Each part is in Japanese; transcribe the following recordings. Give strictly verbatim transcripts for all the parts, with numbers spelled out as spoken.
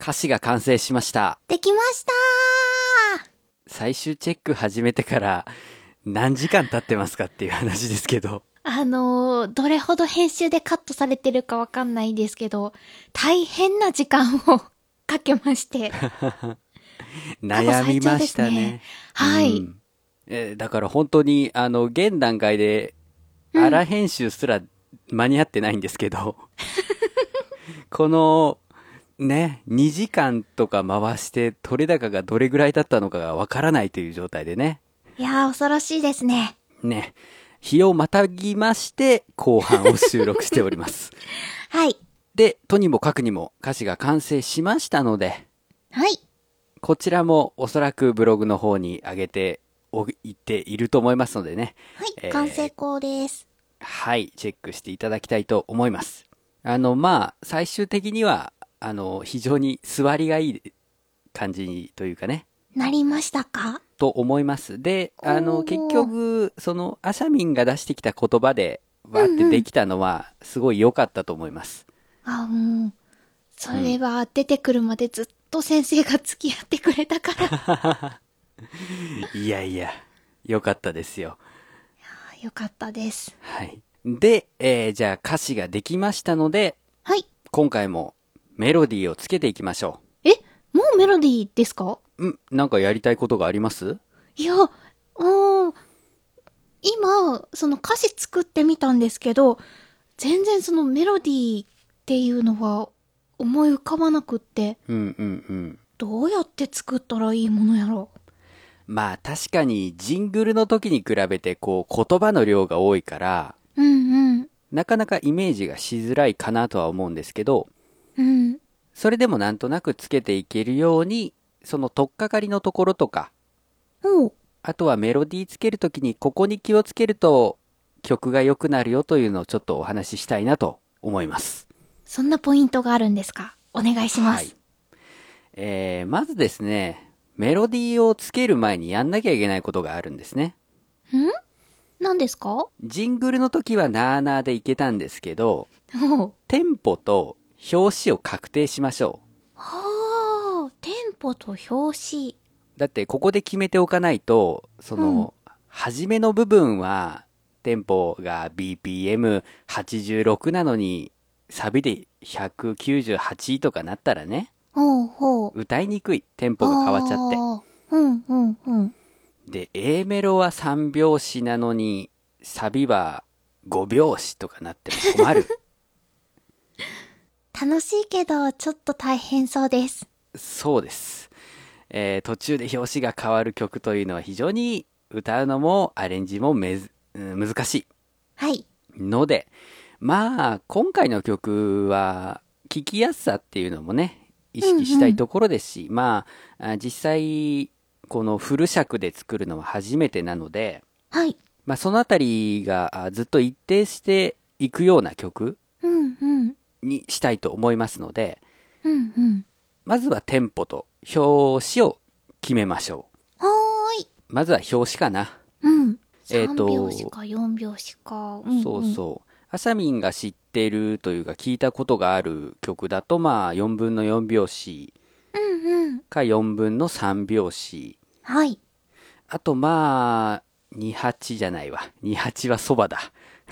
歌詞が完成しました。 できましたー。 最終チェック始めてから何時間経ってますかっていう話ですけど。 あのー、どれほど編集でカットされてるかわかんないですけど、大変な時間をかけまして。 悩みましたね。 ねはい、 うんえー。だから本当に、あの、現段階で、荒編集すら間に合ってないんですけど、うん、この、ね、にじかんとか回して取れ高がどれぐらいだったのかがわからないという状態でね。 いやー、恐ろしいですね。 ね。日をまたぎまして、後半を収録しております。 はい。 で、とにもかくにも歌詞が完成しましたので、 はい。 こちらもおそらくブログの方に上げておいていると思いますのでね。 はい、 えー、 完成功です。 はい、チェックしていただきたいと思います。あの、まあ、最終的には、あの、非常に座りがいい感じというかね。 なりましたか？ と思います。で、あの、結局、その、アシャミンが出してきた言葉で、わーってできたのは、すごい良かったと思います。 うんうん、あ、もう、それは出てくるまでずっと先生が付き合ってくれたから。 いやいや、良かったですよ。 いや、良かったです。 はい。で、えー、じゃあ歌詞ができましたので、 はい。 今回もメロディーをつけていきましょう。え、もうメロディーですか？ ん、なんかやりたいことがあります？ いや、うん、今、その歌詞作ってみたんですけど、全然そのメロディーっていうのは思い浮かばなくって。 うんうんうん。 どうやって作ったらいいものやろう。 まあ確かにジングルの時に比べてこう言葉の量が多いから、 うんうん。 なかなかイメージがしづらいかなとは思うんですけど、 うん。 それでもなんとなくつけていけるように、その取っかかりのところとか、 おう。 あとはメロディーつけるときにここに気をつけると曲が良くなるよというのをちょっとお話ししたいなと思います。 そんなポイントがあるんですか？お願いします。はい。 えー、まずですね、メロディーをつける前にやんなきゃいけないことがあるんですね。 ん？何ですか？ ジングルの時はなーなーでいけたんですけど、テンポと表紙を確定しましょう。 はあ、テンポと表紙。 だってここで決めておかないと、その、うん、初めの部分は、テンポが ビーピーエムはちじゅうろく なのに、サビでひゃくきゅうじゅうはちとかなったらね、 ほうほう、 歌いにくい。テンポが変わっちゃって。 うんうんうん。 で、A メロはさん拍子なのに、サビはご拍子とかなっても困る。 楽しいけど、ちょっと大変そうです。 そうです。えー、途中で表紙が変わる曲というのは非常に歌うのもアレンジもめず、うん、難しい。 はい。 ので、まあ、今回の曲は、聴きやすさっていうのもね、意識したいところですし、うんうん、まあ、実際、このフル尺で作るのは初めてなので、 はい。 まあ、そのあたりがずっと一定していくような曲にしたいと思いますので、 うんうん、 まずはテンポと表紙を決めましょう。はーい。 まずは表紙かな。 うん。えっと、さん拍子かよん拍子か。 うんうん、そうそう。アシャミンが知ってるというか聞いたことがある曲だと、まあよんぶんのよん拍子かよんぶんのさん拍子。 はい。 あとまあ、にはちじゃないわ。にはちはそばだ。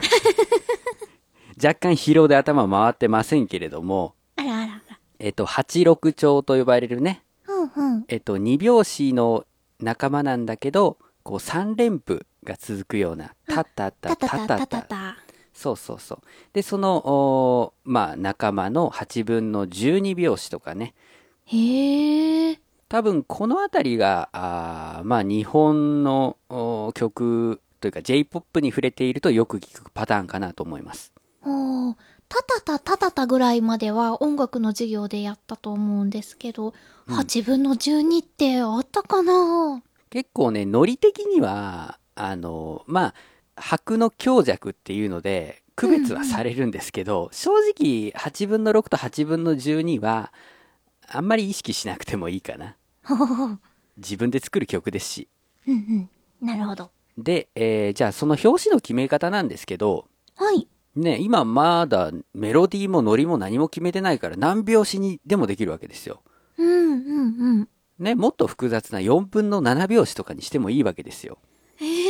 若干疲労で頭回ってませんけれども、 あらあらあら。 えっと、はちろく調と呼ばれるね。 うんうん。 えっと、に拍子の仲間なんだけど、こうさん連符が続くような、タタタタタタタタタ。そうそうそう。で、その、まあ、仲間のはちぶんのじゅうに拍子とかね。 へー。 多分、このあたりが、あまあ、日本の曲というか J-ポップ に触れているとよく聞くパターンかなと思います。 おー。タタタタタタぐらいまでは音楽の授業でやったと思うんですけど、うん、はちぶんのじゅうにってあったかな？ 結構ね、ノリ的には、あの、まあ、拍の強弱っていうので、区別はされるんですけど、うんうん、正直、はちぶんのろくとはちぶんのじゅうには、あんまり意識しなくてもいいかな。自分で作る曲ですし。 うんうん。なるほど。 で、えー、じゃあその表紙の決め方なんですけど、 はい。 ね、今まだメロディーもノリも何も決めてないから何拍子にでもできるわけですよ。 うん。 ね、もっと複雑なよんぶんのななびょうしとかにしてもいいわけですよ。 ええ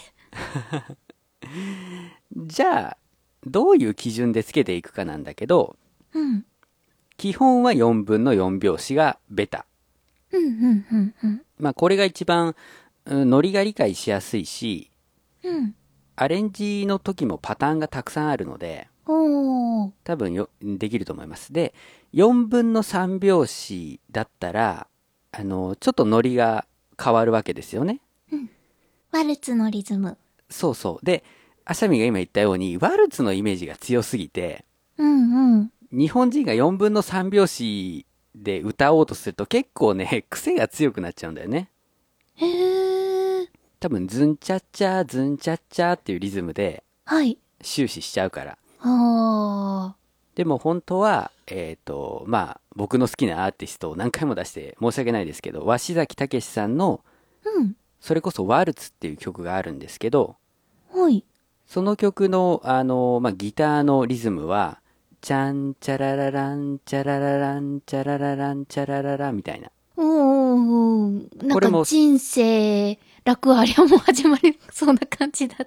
じゃあ、どういう基準でつけていくかなんだけど、 ー。うん。 基本はよんぶんのよんびょうしがベタ。 うん、うん、うん、うん。 まあこれが一番、うん、ノリが理解しやすいし、 うん。 アレンジの時もパターンがたくさんあるので、 おー。 多分よ、できると思います。で、よんぶんのさんびょうしだったら、あの、ちょっとノリが変わるわけですよね。 ワルツのリズム。 そうそう。で、アシャミが今言ったように、ワルツのイメージが強すぎて、 うんうん。 日本人がよんぶんのさんびょうしで歌おうとすると結構ね、癖が強くなっちゃうんだよね。 へー。 多分、ズンチャッチャー、ズンチャッチャーっていうリズムではい。 終始しちゃうから。 あでも本当は、えっと、まあ、僕の好きなアーティストを何回も出して申し訳ないですけど、鷲崎武さんの、 ー。うん。 それこそワルツっていう曲があるんですけど、 はい。 その曲の、あの、まあ、ギターのリズムは、チャンチャラララン、チャラララン、チャラララン、チャラララみたいな。 おー。なんこれもか人生、楽ありゃも始まりそうな感じだった。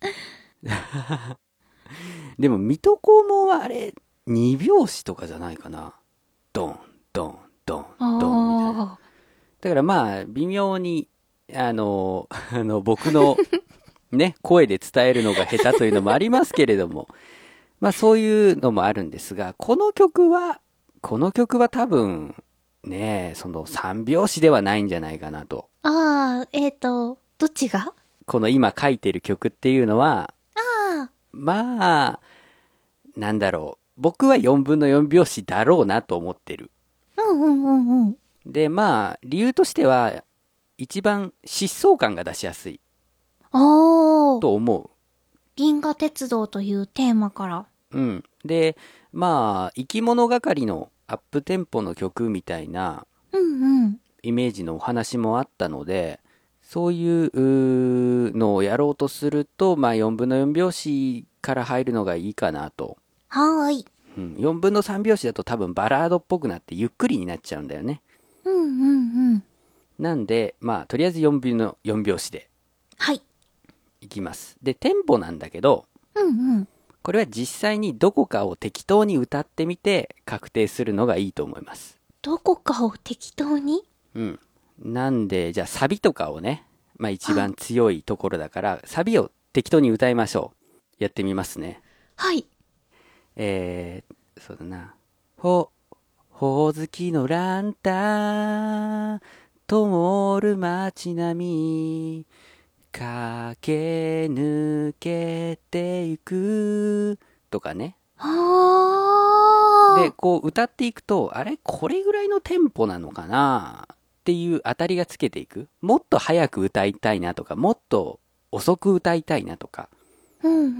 でも、水戸黄門はあれ、にびょうしとかじゃないかな。ドン、ドン、ドン、ドンみたいな。 あだからまあ、微妙に、あの、あの、僕の、ね、声で伝えるのが下手というのもありますけれども、まあそういうのもあるんですが、この曲は、この曲は多分、ね、そのさんびょうしではないんじゃないかなと。 あ。ああ、えっ、ー、と、どっちが？ この今書いてる曲っていうのは、 ああ。 まあ、なんだろう。僕はよんぶんのよんびょうしだろうなと思ってる。 うんうんうんうん。 で、まあ、理由としては、一番疾走感が出しやすいおー。 と思う。 銀河鉄道というテーマから。 うん。で、まあ、生き物係のアップテンポの曲みたいなうんうん。 イメージのお話もあったので、そういううーのをやろうとすると、まあよんぶんのよんびょうしから入るのがいいかなと。 はーい。 うん、よんぶんのさんびょうしだと多分バラードっぽくなってゆっくりになっちゃうんだよね。 うんうんうん。 なんで、まあとりあえずよんぶんのよんびょうしではい。 いきます。で、テンポなんだけど、 うんうん。 これは実際にどこかを適当に歌ってみて確定するのがいいと思います。 どこかを適当に？ うん。なんで、じゃあサビとかをね、まあ一番強いところだから、サビを適当に歌いましょう。やってみますね。 はい。 えー、そうだな。ほ、ほおずきのランタン、灯る街並み、駆け抜けていく、とかね。で、 あー。 こう歌っていくと、あれこれぐらいのテンポなのかなっていう当たりがつけていく。もっと早く歌いたいなとか、もっと遅く歌いたいなとか、 うんうんうん。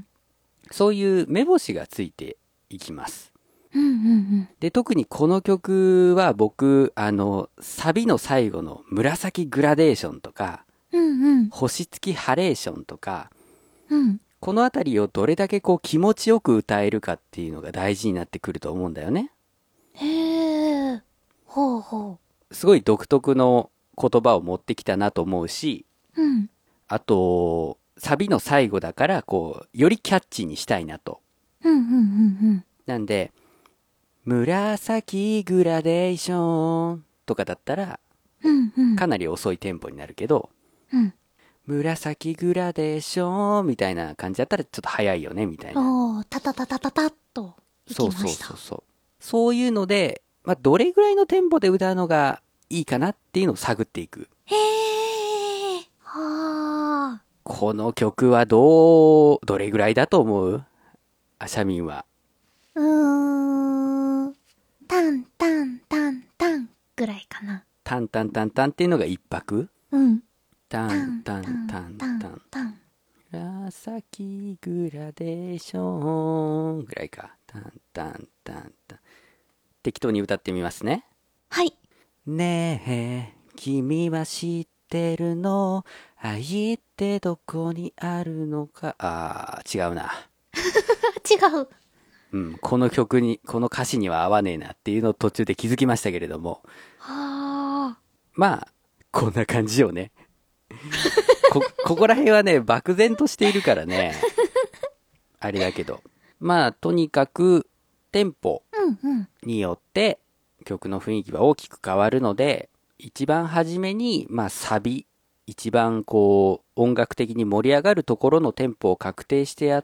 そういう目星がついていきます。 うんうんうん。 で、特にこの曲は僕、あの、サビの最後の紫グラデーションとか、 うんうん。 星付きハレーションとか、 うん。 このあたりをどれだけこう気持ちよく歌えるかっていうのが大事になってくると思うんだよね。 へー。ほうほすごい独特の言葉を持ってきたなと思うし、 う。うん。 あと、サビの最後だから、こう、よりキャッチーにしたいなと。 うんうんうんうん。 なんで、紫グラデーションとかだったら、 うんうん。 かなり遅いテンポになるけど、 うん。 紫グラデーションみたいな感じだったらちょっと早いよね、みたいな。 おー、たたたたたたっといきそうそうました。 そうそう。そういうので、まあ、どれぐらいのテンポで歌うのがいいかなっていうのを探っていく。 へー。はー。 この曲はどう、どれぐらいだと思う？アシャミンは。 うーん。タンタンタンタンぐらいかな。 タンタンタンタンっていうのが一拍。 うん。 タタンンタンタタンタンンタン。 タン。 紫グラデーションぐらいか。タンタンタンタン。適当に歌ってみますね。 はい。 ねえ、君は知ってるの？愛ってどこにあるのか。あー、違うな。 違う。 うん、この曲に、この歌詞には合わねえなっていうのを途中で気づきましたけれども。 はあ。 まあ、こんな感じよね。こ、ここら辺はね、漠然としているからね。あれだけど。まあ、とにかく、テンポうんうん。 によって曲の雰囲気は大きく変わるので、一番初めに、まあ、サビ、一番こう、音楽的に盛り上がるところのテンポを確定してやって、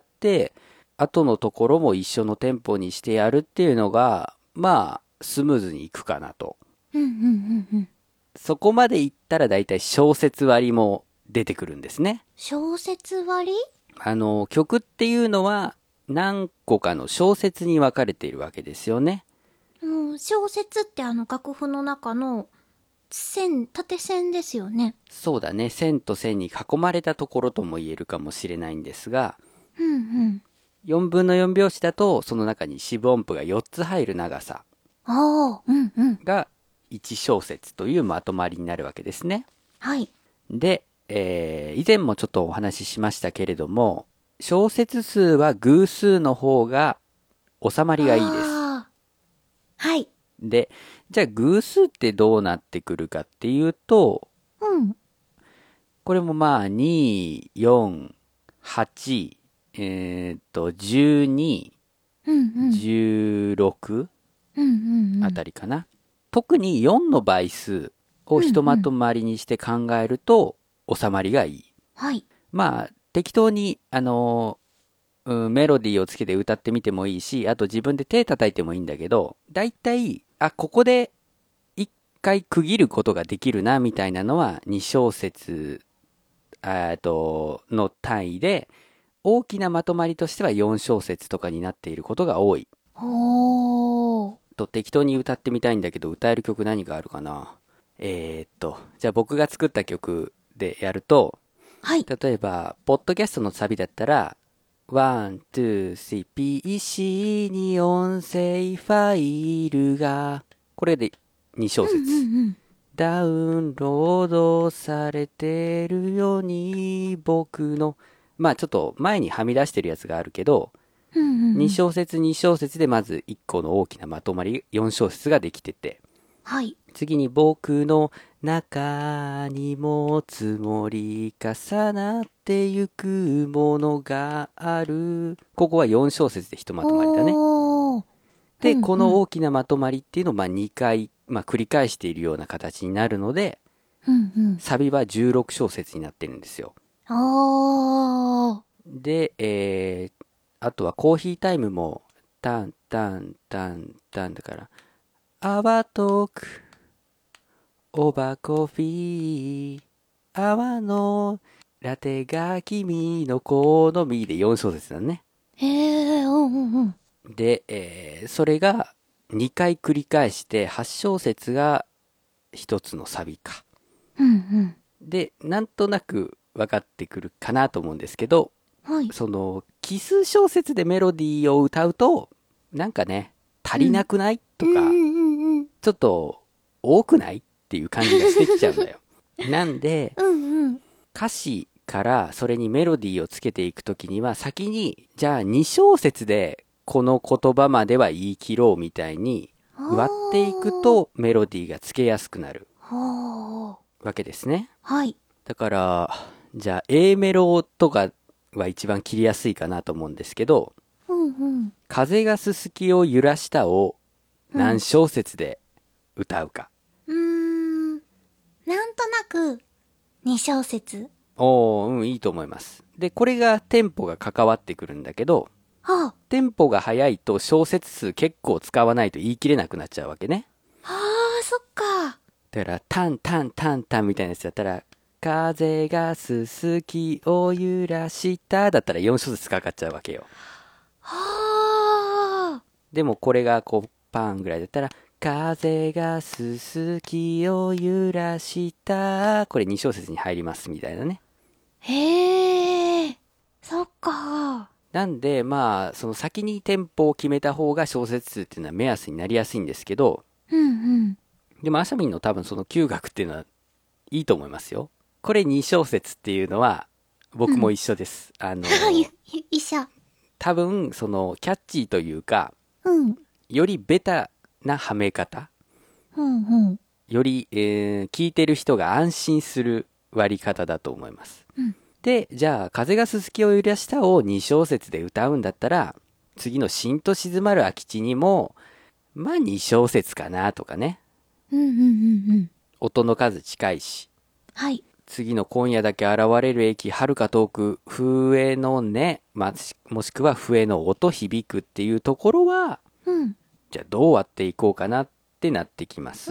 後のところも一緒のテンポにしてやるっていうのが、まあ、スムーズにいくかなと。 うんうんうんうん。 そこまでいったらだいたい小節割りも出てくるんですね。 小説割り？ あの、曲っていうのは何個かの小節に分かれているわけですよね。 うん、小説ってあの楽譜の中の線、縦線ですよね。 そうだね。線と線に囲まれたところとも言えるかもしれないんですが、 うんうん。 よんぶんのよん拍子だとその中に四分音符がよっつ入る長さああ、うんうん。 がいち小節というまとまりになるわけですね。 はい。 で、えー以前もちょっとお話ししましたけれども、小節数は偶数の方が収まりがいいです。 ああ。はい。 で、じゃあ偶数ってどうなってくるかっていうと、 うん。 これもまあに、よん、はち、えーっと、じゅうに、 うんうん。 じゅうろくうんうんうん。 あたりかな。特によんの倍数をひとまとまりにして考えると収まりがいい。 はい。 まあ、適当に、あのーうん、メロディーをつけて歌ってみてもいいし、あと自分で手叩いてもいいんだけど、だいたい、あ、ここで一回区切ることができるな、みたいなのはに小節、えっと、の単位で、大きなまとまりとしてはよん小節とかになっていることが多い。 おー。 と適当に歌ってみたいんだけど、歌える曲何があるかな。えーっと、じゃあ僕が作った曲でやると、 はい。 例えば、ポッドキャストのサビだったら、ワン、ツー、スリー、ピーシー に音声ファイルが、これでに小節。 うんうんダウンロードされてるように、僕の、まあちょっと前にはみ出してるやつがあるけど、 うん。うんうんうん。 に小節に小節でまずいっこの大きなまとまり、よん小節ができてて、 はい。 次に僕の中にも積もり重なってゆくものがある。ここはよん小節でひとまとまりだね。 おー。 で、 うんうんこの大きなまとまりっていうのをまあにかい、まあ繰り返しているような形になるので、 うんうん。 サビはじゅうろく小節になってるんですよ。 おー。 で、えー、あとはコーヒータイムも、タンタンタンタンだから、泡トーク、オーバーコーヒー、泡のラテが君の好みでよん小節だね。 へえ、うんうんうん。 で、えー、それがにかい繰り返してはち小節がひとつのサビか。 うんで、なんとなく分かってくるかなと思うんですけど、 うん。はい。 その奇数小節でメロディーを歌うと、なんかね、足りなくない、とか、 うんうんうんうん。 ちょっと多くないっていう感じがしてきちゃうんだよ。なんで、 うんうん。 歌詞からそれにメロディーをつけていくときには先に、じゃあに小節でこの言葉までは言い切ろうみたいに割っていくとメロディーがつけやすくなるほー。 わけですね。 はい。 だから、じゃあ A メロとかは一番切りやすいかなと思うんですけど、 うんうん。 風がすすきを揺らしたを何小節で歌うか。 うーん。なんとなく、に小節。 おー、うん、いいと思います。で、これがテンポが関わってくるんだけど、 はテンポが速いと小節数結構使わないと言い切れなくなっちゃうわけね。 あ。はあ、そっか。 だから、タンタンタンタンみたいなやつだったら、風がすすきを揺らしただったらよん小節かかっちゃうわけよ。 はあ。 でもこれがこう、パンぐらいだったら、風がすすきを揺らした。これに小節に入りますみたいなね。 へえ。そっか。 なんで、まあ、その先にテンポを決めた方が小節数っていうのは目安になりやすいんですけど、 うんうん。 でも、アシャミンの多分その嗅覚っていうのはいいと思いますよ。これに小節っていうのは僕も一緒です。あの、 はい、一緒。 多分、その、キャッチーというか、 うん。 よりベタなはめ方、 うんうん。 より、えー聞いてる人が安心する割り方だと思います。 うん。 で、じゃあ、風がすすきを揺らしたをに小節で歌うんだったら、次のしんと静まる空き地にも、まあに小節かなとかね。 うんうんうんうん。 音の数近いし。 はい。 次の今夜だけ現れる駅、遥か遠く、笛の音、まあ、もしくは笛の音響くっていうところは、 うん。 じゃあどう割っていこうかなってなってきまうす。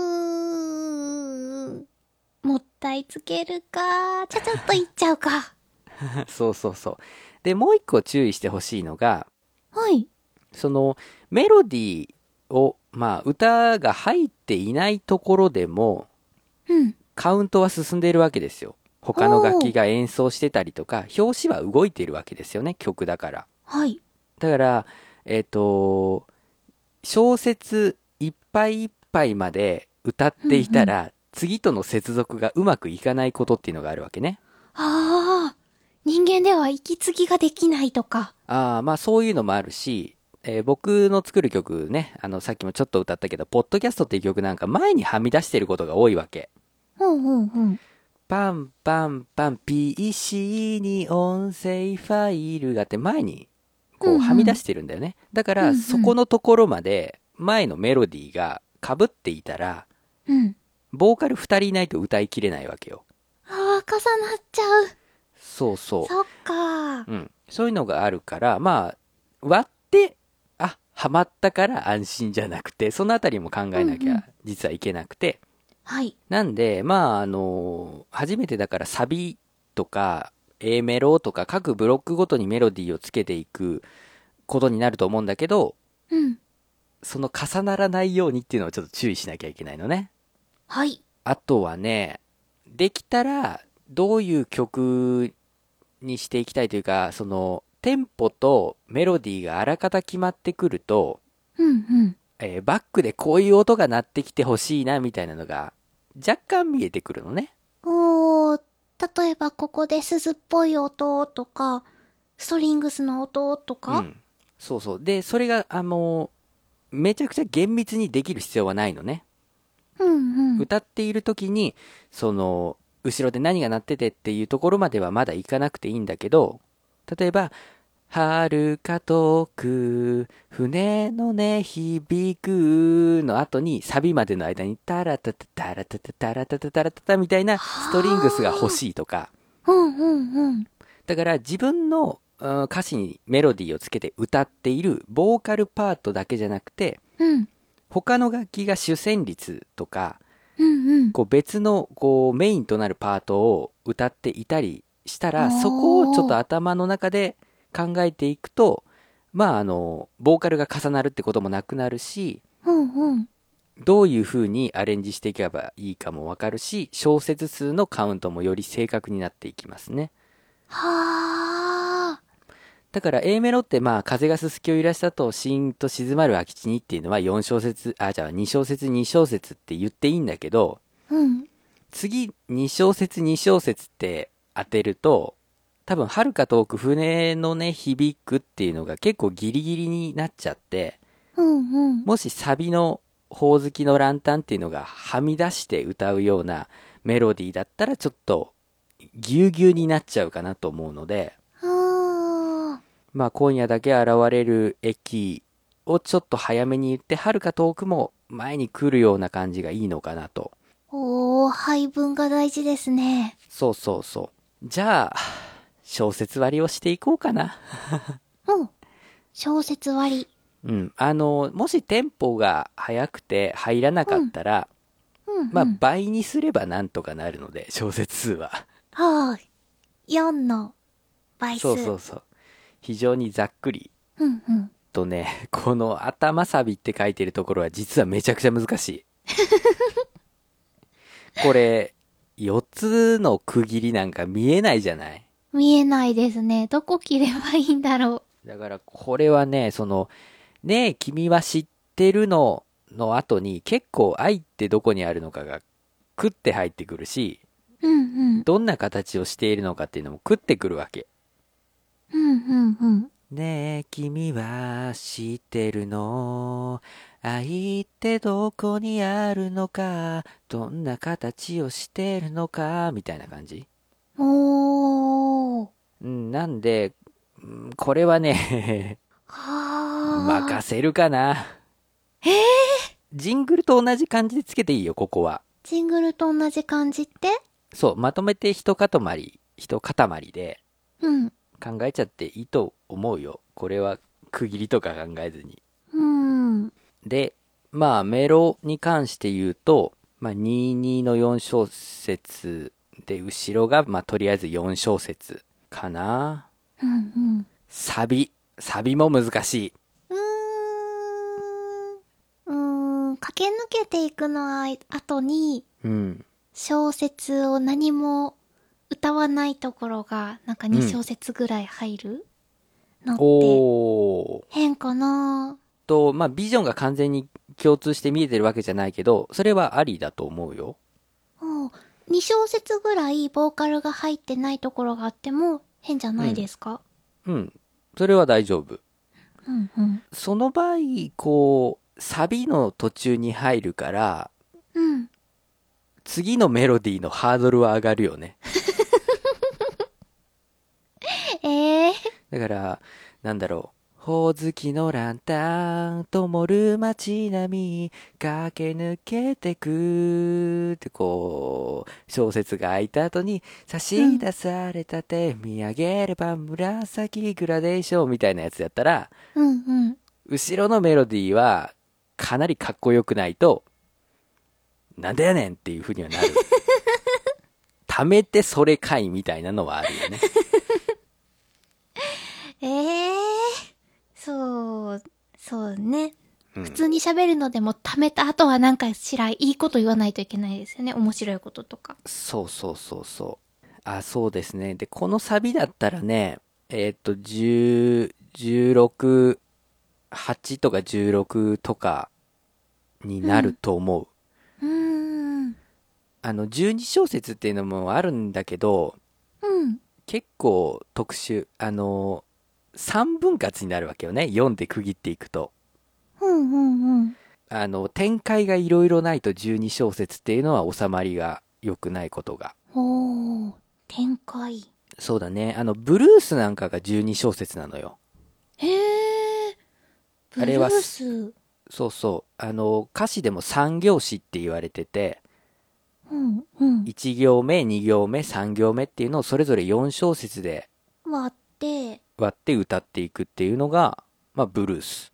ーん。もったいつけるか。ちゃちゃっといっちゃうか。 そうそうそう。で、もう一個注意してほしいのが、 はい。 そのメロディーを、まあ歌が入っていないところでも、 うん。 カウントは進んでいるわけですよ。他の楽器が演奏してたりとか、表紙は動いているわけですよね、曲だから。 はい。 だから、えっ、と、小説いっぱいいっぱいまで歌っていたら、次との接続がうまくいかないことっていうのがあるわけね。 ああ。人間では息継ぎができないとか。 ああ、まあそういうのもあるし、えー僕の作る曲ね、あのさっきもちょっと歌ったけど、ポッドキャストっていう曲なんか前にはみ出してることが多いわけ。 うんうんうん。 パンパンパン ピーシー に音声ファイルがあって前にこうんううんはみ出してるんだよね。だかうんうんらそこのところまで前のメロディーが被っていたら、 うん。 ボーカルふたりいないと歌いきれないわけよ。 ああ、重なっちゃう。 そうそそっか。 う。うん。そういうのがあるから、まあ、割って、あ、ハマったから安心じゃなくて、そのあたりも考えなきうんうんゃ実はいけなくて。 はい。 なんで、まあ、あの、初めてだからサビとか、A メロとか各ブロックごとにメロディーをつけていくことになると思うんだけど、 うん。 その重ならないようにっていうのをちょっと注意しなきゃいけないのね。 はい。 あとはね、できたら、どういう曲にしていきたいというか、その、テンポとメロディーがあらかた決まってくると、 うんうん。 えーバックでこういう音が鳴ってきてほしいな、みたいなのが、若干見えてくるのね。 おー、例えばここで鈴っぽい音とか、ストリングスの音とか、 うん。そうそう。で、それが、あの、めちゃくちゃ厳密にできる必要はないのね。 うんうん。 歌っている時に、その、後ろで何が鳴っててっていうところまではまだ行かなくていいんだけど、例えば、遥か遠く、船の音響くの後にサビまでの間にタラタタタラタタタラタタタラタタみたいなストリングスが欲しいとか、 うんうんうん。 だから自分のうん歌詞にメロディーをつけて歌っているボーカルパートだけじゃなくて、 うん。 他の楽器が主旋律とか、 うんうん。 こう別のこうメインとなるパートを歌っていたりしたおーら、そこをちょっと頭の中で考えていくと、まああの、ボーカルが重なるってこともなくなるし、 うんうん。 どういう風にアレンジしていけばいいかもわかるし、小節数のカウントもより正確になっていきますね。 はあ。 だから A メロってまあ風がすすきを揺らしたとシーンと静まる空き地にっていうのはよん小節、あ、じゃあに小節に小節って言っていいんだけど、 うん。 次に小節に小節って当てると、多分遥か遠く船のね響くっていうのが結構ギリギリになっちゃって、 うんうん。 もしサビのほおずきのランタンっていうのがはみ出して歌うようなメロディーだったらちょっとぎゅうぎゅうになっちゃうかなと思うので、 ああ。 まあ今夜だけ現れる駅をちょっと早めに言って遥か遠くも前に来るような感じがいいのかなと。 おー、配分が大事ですね。 そうそうそう。じゃあ、小説割りをしていこうかな。 うん。小説割り。 うん。あの、もしテンポが速くて入らなかったら、 うん、うん。 まあ倍にすればなんとかなるので、小説数は。 はーい。よんの倍数。 そうそうそう。非常にざっくりうんうん。 とね、この頭サビって書いてるところは実はめちゃくちゃ難しい。これ、よっつの区切りなんか見えないじゃない。 見えないですね。どこ切ればいいんだろだからこれはね、その、ねえ、君は知ってるのの後に結構愛ってどこにあるのかが食って入ってくるし、 う。うんうん。 どんな形をしているのかっていうのも食ってくるわけ。 うんうんうん。 ねえ君は知ってるの、愛ってどこにあるのか、どんな形をしてるのか、みたいな感じ。 おー。 うん、なんで、うんこれはね、 は任せるかな。 ー。えー、 ジングルと同じ感じでつけていいよ、ここは。 ジングルと同じ感じって？ そう、まとめて一塊、一塊でうん。 考えちゃっていいと思うよ。これは区切りとか考えずに。 うん。 で、まあメロに関して言うと、まあにじゅうにのよん小節で、後ろがまあとりあえずよん小節かな。 うんうん。 サビ。サビも難しい。 うーん。うーん。駆け抜けていくの後に、 うん。 小節を何も歌わないところが、なんかに小節ぐらい入るのって、 おー。 変かな？ と、まあビジョンが完全に共通して見えてるわけじゃないけど、それはありだと思うよ。 おう、に小節ぐらいボーカルが入ってないところがあっても変じゃないですか？ うん。それは大丈夫。 うんうん。 その場合、こう、サビの途中に入るから、 うん。 次のメロディーのハードルは上がるよね。 ええー。 だから、なんだろう。ほおずきのランタン、灯る街並み、駆け抜けてくってこう、小説が開いた後に、差し出された手、見上げれば紫グラデーションみたいなやつやったら、 うんうん。 後ろのメロディーは、かなりかっこよくないと、なんだやねんっていう風にはなる。貯めてそれかいみたいなのはあるよね。 ええー。そう、そうね。 うん、 普通に喋るのでも貯めた後はなんかしらいいこと言わないといけないですよね。面白いこととか。 そうそうそうそう。あ、そうですね。で、このサビだったらね、えーっと、じゅう、じゅうろく、はちとかじゅうろくとかになると思う。 うーん。 あの、じゅうに小節っていうのもあるんだけど、 うん。 結構特殊。あの、さんぶん割になるわけよね。よんで区切っていくと。 うんうんうん。 あの、展開がいろいろないとじゅうに小節っていうのは収まりが良くないことが。 おー、展開。 そうだね。あの、ブルースなんかがじゅうに小節なのよ。 へー。ブルあれはース。 そうそう。あの、歌詞でも三行詞って言われてて、 うんうん。 いち行目、に行目、さん行目っていうのをそれぞれよん小節で割って、 割って歌っていくっていうのが、まあ、ブルース。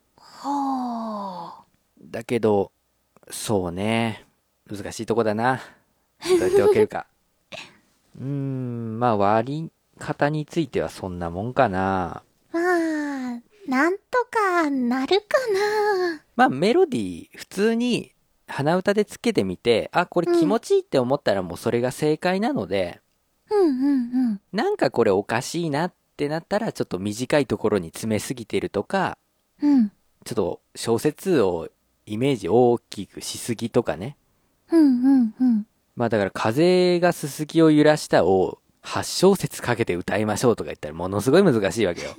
はだけど、そうね。難しいとこだな。どうやって分けるか。うーん、まあ、割り方についてはそんなもんかな。 ー。まあ、なんとかなるかな。 まあ、メロディー、普通に鼻歌でつけてみて、あ、これ気持ちいいって思ったらもうそれが正解なので、 うんうんうん。 なんかこれおかしいなってなったら、ちょっと短いところに詰めすぎてるとか、 うん。 ちょっと小説をイメージ大きくしすぎとかね。 うんうんうん。 まあだから風がすすきを揺らしたをはち小節かけて歌いましょうとか言ったらものすごい難しいわけよ。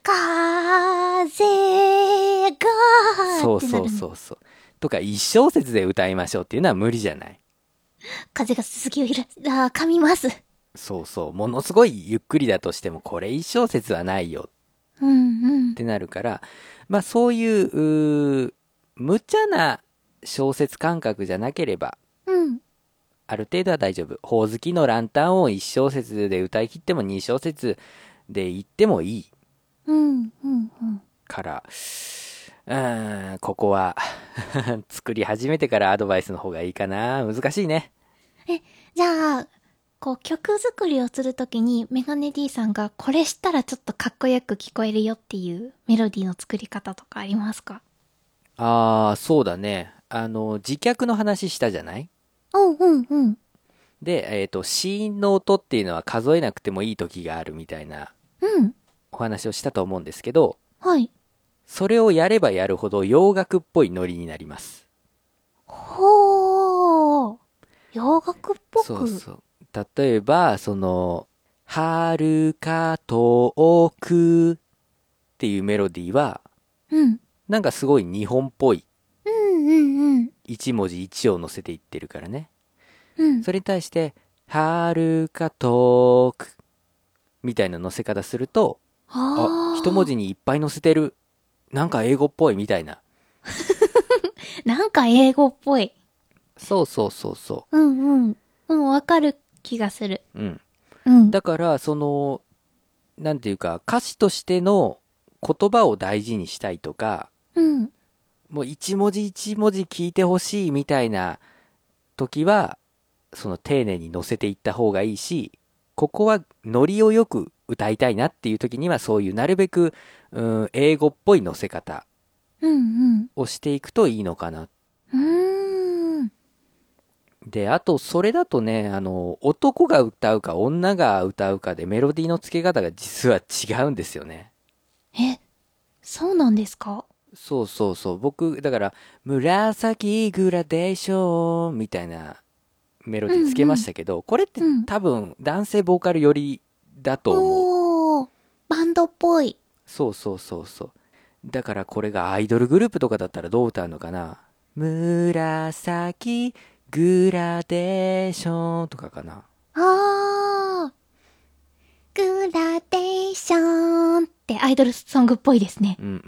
風がそうそうってなるね。 そうそう。とかいち小節で歌いましょうっていうのは無理じゃない。 風が鈴木を揺ら、あー、噛みます。 そうそう。ものすごいゆっくりだとしてもこれいち小節はないようんうんっ。てなるから、まあそういう、うー無茶な小説感覚じゃなければ、 うん。 ある程度は大丈夫。ほおずきのランタンをいち小節で歌い切ってもに小節で言ってもいいうんうんうん。 から、うーん、ここは作り始めてからアドバイスの方がいいかな。難しいね。 え、じゃあ、こう曲作りをするときにメガネ D さんがこれしたらちょっとかっこよく聞こえるよっていうメロディーの作り方とかありますか？ あー、そうだね。あの、自脚の話したじゃない？ うんうんうん。 で、えっと、子音の音っていうのは数えなくてもいい時があるみたいなうん。 お話をしたと思うんですけど、 はい。 それをやればやるほど洋楽っぽいノリになります。 ほー。洋楽っぽく。 そうそう。例えば、その、遥か遠くっていうメロディーは、 うん。 なんかすごい日本っぽい。 うんうんうん。 一文字一音乗せていってるからね。 うん。 それに対して、はるか遠くみたいな乗せ方すると、あ、一文あ字にいっぱい乗せてる。なんか英語っぽいみたいな。 ー。なんか英語っぽい。 そうそうそうそうんうん。うん、わかる気がする。 う。うん。 うん。 だから、その、なんていうか、歌詞としての言葉を大事にしたいとか、 うん。 もう一文字一文字聞いてほしいみたいな時は、その丁寧に乗せていった方がいいし、ここはノリをよく歌いたいなっていう時には、そういうなるべく、うん、英語っぽい乗せ方うんうん。 をしていくといいのかな。 うーん。 で、あと、それだとね、あの、男が歌うか女が歌うかでメロディーの付け方が実は違うんですよね。 え、そうなんですか？ そうそうそう。僕、だから、紫グラデーションみたいなメロディーつけましたけど、これってうん。 多分男性ボーカル寄りだと思う。 おー、バンドっぽい。 そうそうそうそう。だからこれがアイドルグループとかだったらどう歌うのかな。紫グラデーションとかかな。 あー、グラデーションってアイドルソングっぽいですね。 うんうんうん。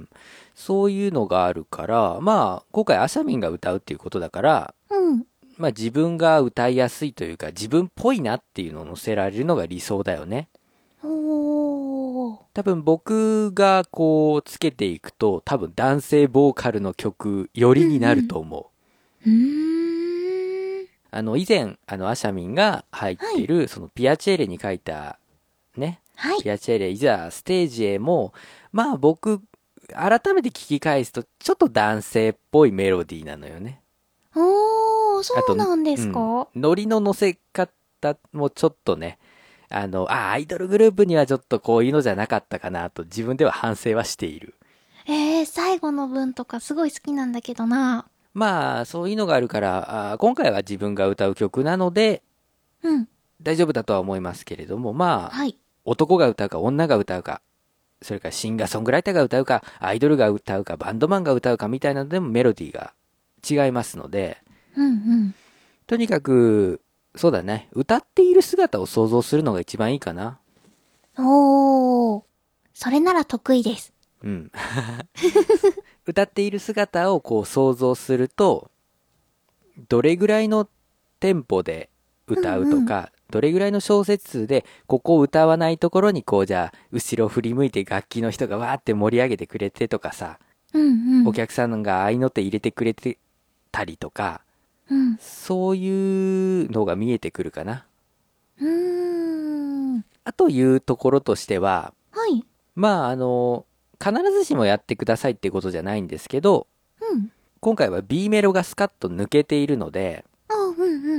そういうのがあるから、まあ、今回アシャミンが歌うっていうことだから、 うん。 まあ自分が歌いやすいというか、自分っぽいなっていうのを乗せられるのが理想だよね。 おー。 多分僕がこうつけていくと、多分男性ボーカルの曲寄りになると思う。 うんうん。うーん。 あの、以前、あの、アシャミンが入っている、そのピアチェーレに書いた、ね、 はい。 ピアチェーレ、いざステージへも、まあ僕、改めて聞き返すと、ちょっと男性っぽいメロディーなのよね。 おー、そあと、 うなんでうん、 すか？ ノリの乗せ方もちょっとね、あの、あ、アイドルグループにはちょっとこういうのじゃなかったかなと自分では反省はしている。 えー、最後の文とかすごい好きなんだけどな。 まあ、そういうのがあるから、あ今回は自分が歌う曲なので、 うん。 大丈夫だとは思いますけれども、まあ、 はい。 男が歌うか女が歌うか、それからシンガーソングライターが歌うか、アイドルが歌うか、バンドマンが歌うかみたいなのでもメロディーが違いますので、 うんうん。 とにかく、そうだね、歌っている姿を想像するのが一番いいかな。 おー。それなら得意です。 うん。歌っている姿をこう想像すると、どれぐらいのテンポで歌うとか、うんうん、どれぐらいの小節数で、ここを歌わないところにこうじゃあ、後ろ振り向いて楽器の人がわーって盛り上げてくれてとかさ、 うんうん、 お客さんが合いの手入れてくれてたりとか、 うん、 そういうのが見えてくるかな。 うーん。 あというところとしては、 はい。 まああの、必ずしもやってくださいってことじゃないんですけど、 うん。 今回は B メロがスカッと抜けているので、 あ、うんうん。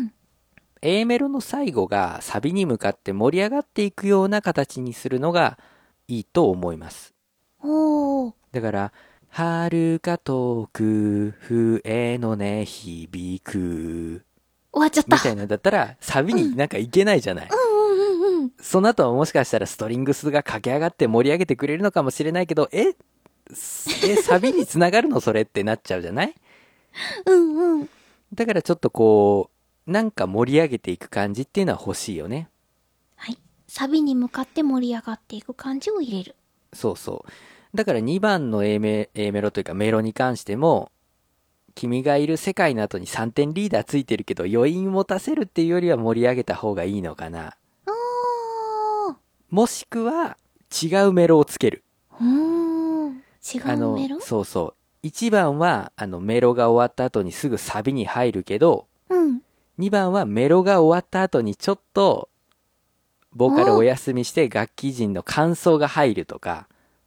A メロの最後がサビに向かって盛り上がっていくような形にするのがいいと思います。 おー。 だから、遥か遠く笛の音響く終わっちゃった。 みたいなんだったらサビになんかいけないじゃない。 うんうんうんうん。 その後はもしかしたらストリングスが駆け上がって盛り上げてくれるのかもしれないけど、ええ、サビにつながるのそれってなっちゃうじゃない。 うんうん。 だからちょっとこう、なんか盛り上げていく感じっていうのは欲しいよね。 はい。サビに向かって盛り上がっていく感じを入れる。 そうそう。だからにばんの A メ、A メロというかメロに関しても、君がいる世界の後にさんてんリーダーついてるけど余韻持たせるっていうよりは盛り上げた方がいいのかな。 おー。 もしくは違うメロをつける。 うーん。違あのうメロ？ そうそう。いちばんはあのメロが終わった後にすぐサビに入るけど、 うん。 にばんはメロが終わった後にちょっとボーカルお休みして楽器陣の感想が入るとか、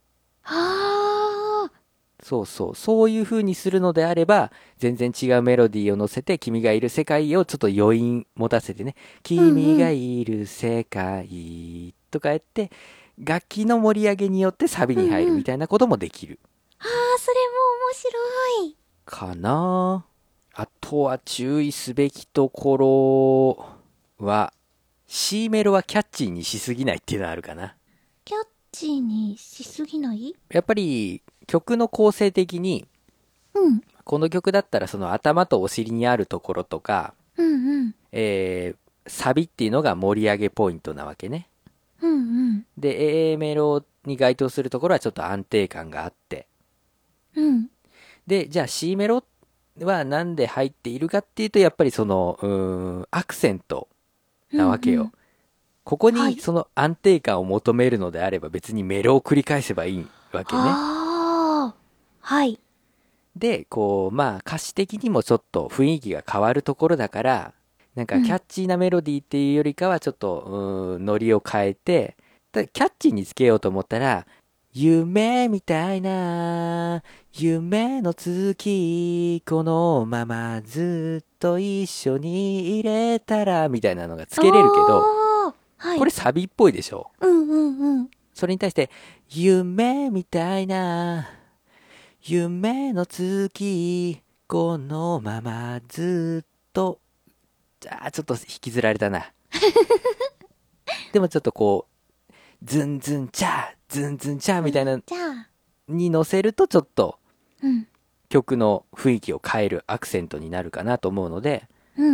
あー。 そうそう、そういう風にするのであれば、全然違うメロディーを乗せて、君がいる世界をちょっと余韻持たせてね、君がいる世界とかやって、楽器の盛り上げによってサビに入るみたいなこともできる。 あー、それも面白い。 かなあ。あとは注意すべきところは、C メロはキャッチーにしすぎないっていうのはあるかな。 キャッチーにしすぎない？ やっぱり曲の構成的に、 うん。 この曲だったらその頭とお尻にあるところとか、 うんうん。 えー、サビっていうのが盛り上げポイントなわけね。 うんうん。 で、A メロに該当するところはちょっと安定感があって。 うん。 で、じゃあ C メロはなんで入っているかっていうと、やっぱりその、うーん、アクセントなわけよ。 うんうん、 ここはい、 にその安定感を求めるのであれば別にメロを繰り返せばいいわけね。 ああ、はい。 で、こう、まあ歌詞的にもちょっと雰囲気が変わるところだから、なんかキャッチーなメロディーっていうよりかはちょっと、うーん、ノリを変えて、だキャッチーにつけようと思ったら、夢みたいな夢の続きこのままずっと一緒にいれたらみたいなのがつけれるけど、 はい、 これサビっぽいでしょ。 うんうんうん。 それに対して夢みたいな夢の続きこのままずっと、じゃあちょっと引きずられたな。でもちょっとこうズンズンチャーズンズンチャーみたいなに乗せるとちょっと曲の雰囲気を変えるアクセントになるかなと思うので、 うんうん、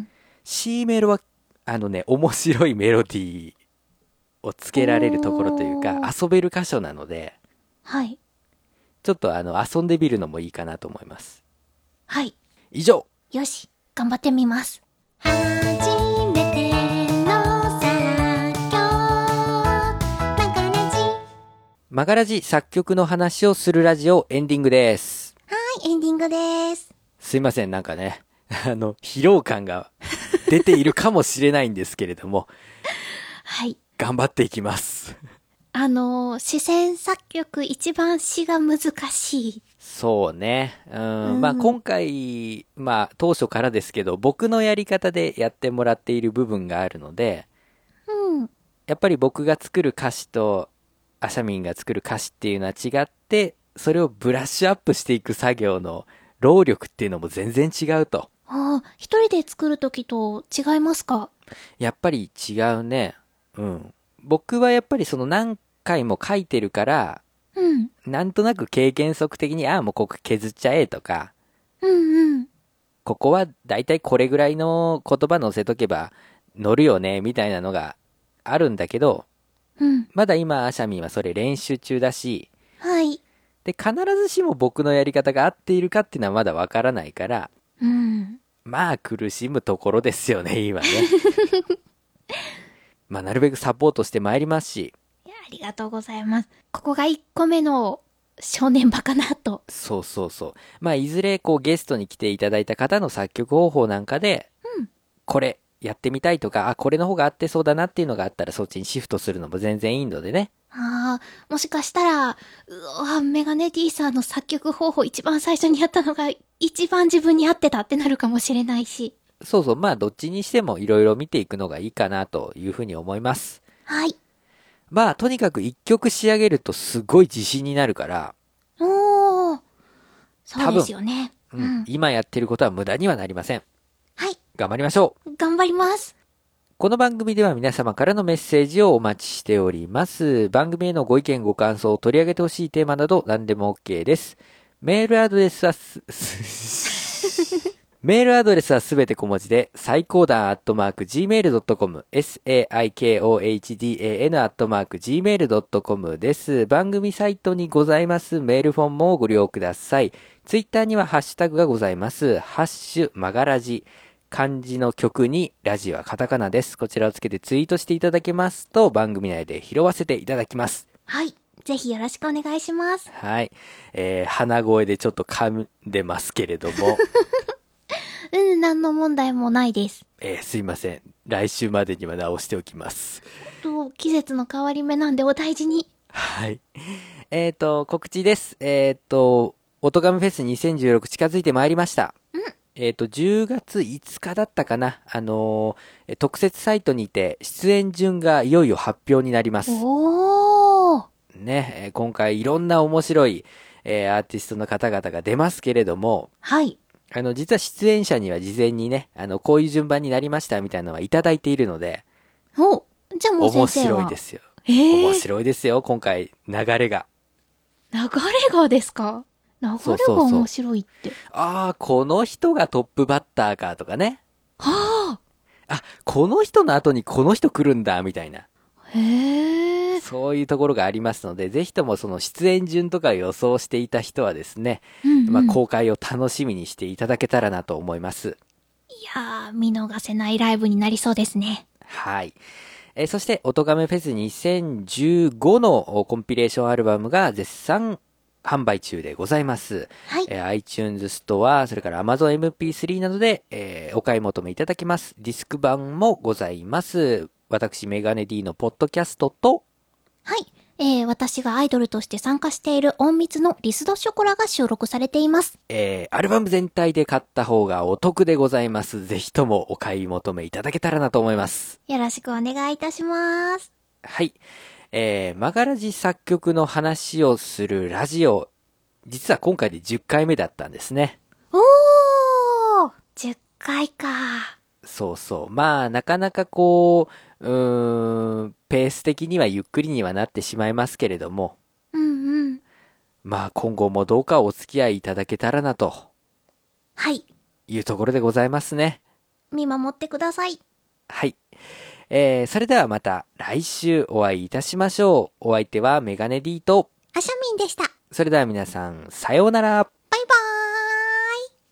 C メロはあのね面白いメロディーをつけられるところというか遊べる箇所なので、 はい、 ちょっとあの遊んでみるのもいいかなと思います。 はい。 以上。 よし、頑張ってみます。初めての作曲マガラジ。 マガラジ作曲の話をするラジオエンディングです。 はい、エンディングです。 すいません、なんかね、あの、疲労感が出ているかもしれないんですけれども、 はい。 頑張っていきます。 あのー、視線作曲一番詩が難しい。 そうね。うん。 うん、 まあ今回、まあ当初からですけど、僕のやり方でやってもらっている部分があるので、 うん。 やっぱり僕が作る歌詞と、アシャミンが作る歌詞っていうのは違って、それをブラッシュアップしていく作業の労力っていうのも全然違うと。 ああ、一人で作るときと違いますか？ やっぱり違うね。うん。僕はやっぱりその何回も書いてるから、 うん。 なんとなく経験則的に、ああ、もうここ削っちゃえとか、 うんうん。 ここはだいたいこれぐらいの言葉載せとけば乗るよね、みたいなのがあるんだけど、 うん。 まだ今、アシャミンはそれ練習中だし、 はい。 で、必ずしも僕のやり方が合っているかっていうのはまだわからないから、 うん。 まあ苦しむところですよね、今ね。まあなるべくサポートしてまいりますし。 いや、ありがとうございます。ここがいっこめの正念場かなと。 そうそうそう。まあいずれこうゲストに来ていただいた方の作曲方法なんかで、 うん。 これやってみたいとか、あ、これの方が合ってそうだなっていうのがあったらそっちにシフトするのも全然いいのでね。 ああ、もしかしたら、うわ、メガネ D さんの作曲方法一番最初にやったのが一番自分に合ってたってなるかもしれないし。 そうそう。まあどっちにしてもいろいろ見ていくのがいいかなというふうに思います。 はい。 まあとにかく一曲仕上げるとすごい自信になるから、 おー。そうですよね。 うん、うん。今やってることは無駄にはなりません。 はい。 頑張りましょう。頑張ります。 この番組では皆様からのメッセージをお待ちしております。番組へのご意見ご感想、取り上げてほしいテーマなど何でも OK です。メールアドレスはす、メールアドレスはすべて小文字で、最高段アットマーク ジーメールドットコム、サイコーダン アットマーク ジーメールドットコム です。番組サイトにございますメールフォンもご利用ください。ツイッターにはハッシュタグがございます。ハッシュマガラジ。漢字の曲にラジはカタカナです。こちらをつけてツイートしていただけますと番組内で拾わせていただきます。 はい。ぜひよろしくお願いします。 はい。えー、鼻声でちょっと噛んでますけれども。 うん、何の問題もないです。 えー、すいません。来週までには直しておきます。 と、季節の変わり目なんでお大事に。 はい。えっ、ー、と、告知です。えっ、ー、と、オトガメフェスにせんじゅうろく近づいてまいりました。 うん。 えっ、と、じゅうがついつかだったかな。あのー、特設サイトにて出演順がいよいよ発表になります。 おー。 ね、えー、今回いろんな面白い、えー、アーティストの方々が出ますけれども、 はい。 あの、実は出演者には事前にね、あの、こういう順番になりましたみたいなのはいただいているので、 お、じゃあもう先生は面白いですよ。 えー、 面白いですよ、今回、流れが。 流れがですか？流れが面白いって。 ああ、この人がトップバッターかとかね。 はあ。 あ、この人の後にこの人来るんだ、みたいな。 へえ。 そういうところがありますので、ぜひともその出演順とか予想していた人はですね、 うんうん、 まあ公開を楽しみにしていただけたらなと思います。 いやー、見逃せないライブになりそうですね。 はい。えー、そして、おとがめフェスにせんじゅうごのコンピレーションアルバムが絶賛販売中でございます。 はい。 えー、iTunes ストア、それから Amazon エムピースリー などで、えー、お買い求めいただけます。ディスク版もございます。私、メガネ D のポッドキャストと、 はい。えー、私がアイドルとして参加している隠密のリスドショコラが収録されています。 えー、アルバム全体で買った方がお得でございます。ぜひともお買い求めいただけたらなと思います。 よろしくお願いいたします。 はい。えー、マガラジ作曲の話をするラジオ、実は今回でじゅっかいめだったんですね。 おー !じゅっかいか。 そうそう。まあ、なかなかこう、うーん、ペース的にはゆっくりにはなってしまいますけれども、 うんうん。 まあ、今後もどうかお付き合いいただけたらなと。 はい。 いうところでございますね。 見守ってください。 はい。えー、それではまた来週お会いいたしましょう。お相手はメガネ D と、 アシャミンでした。 それでは皆さん、さようなら。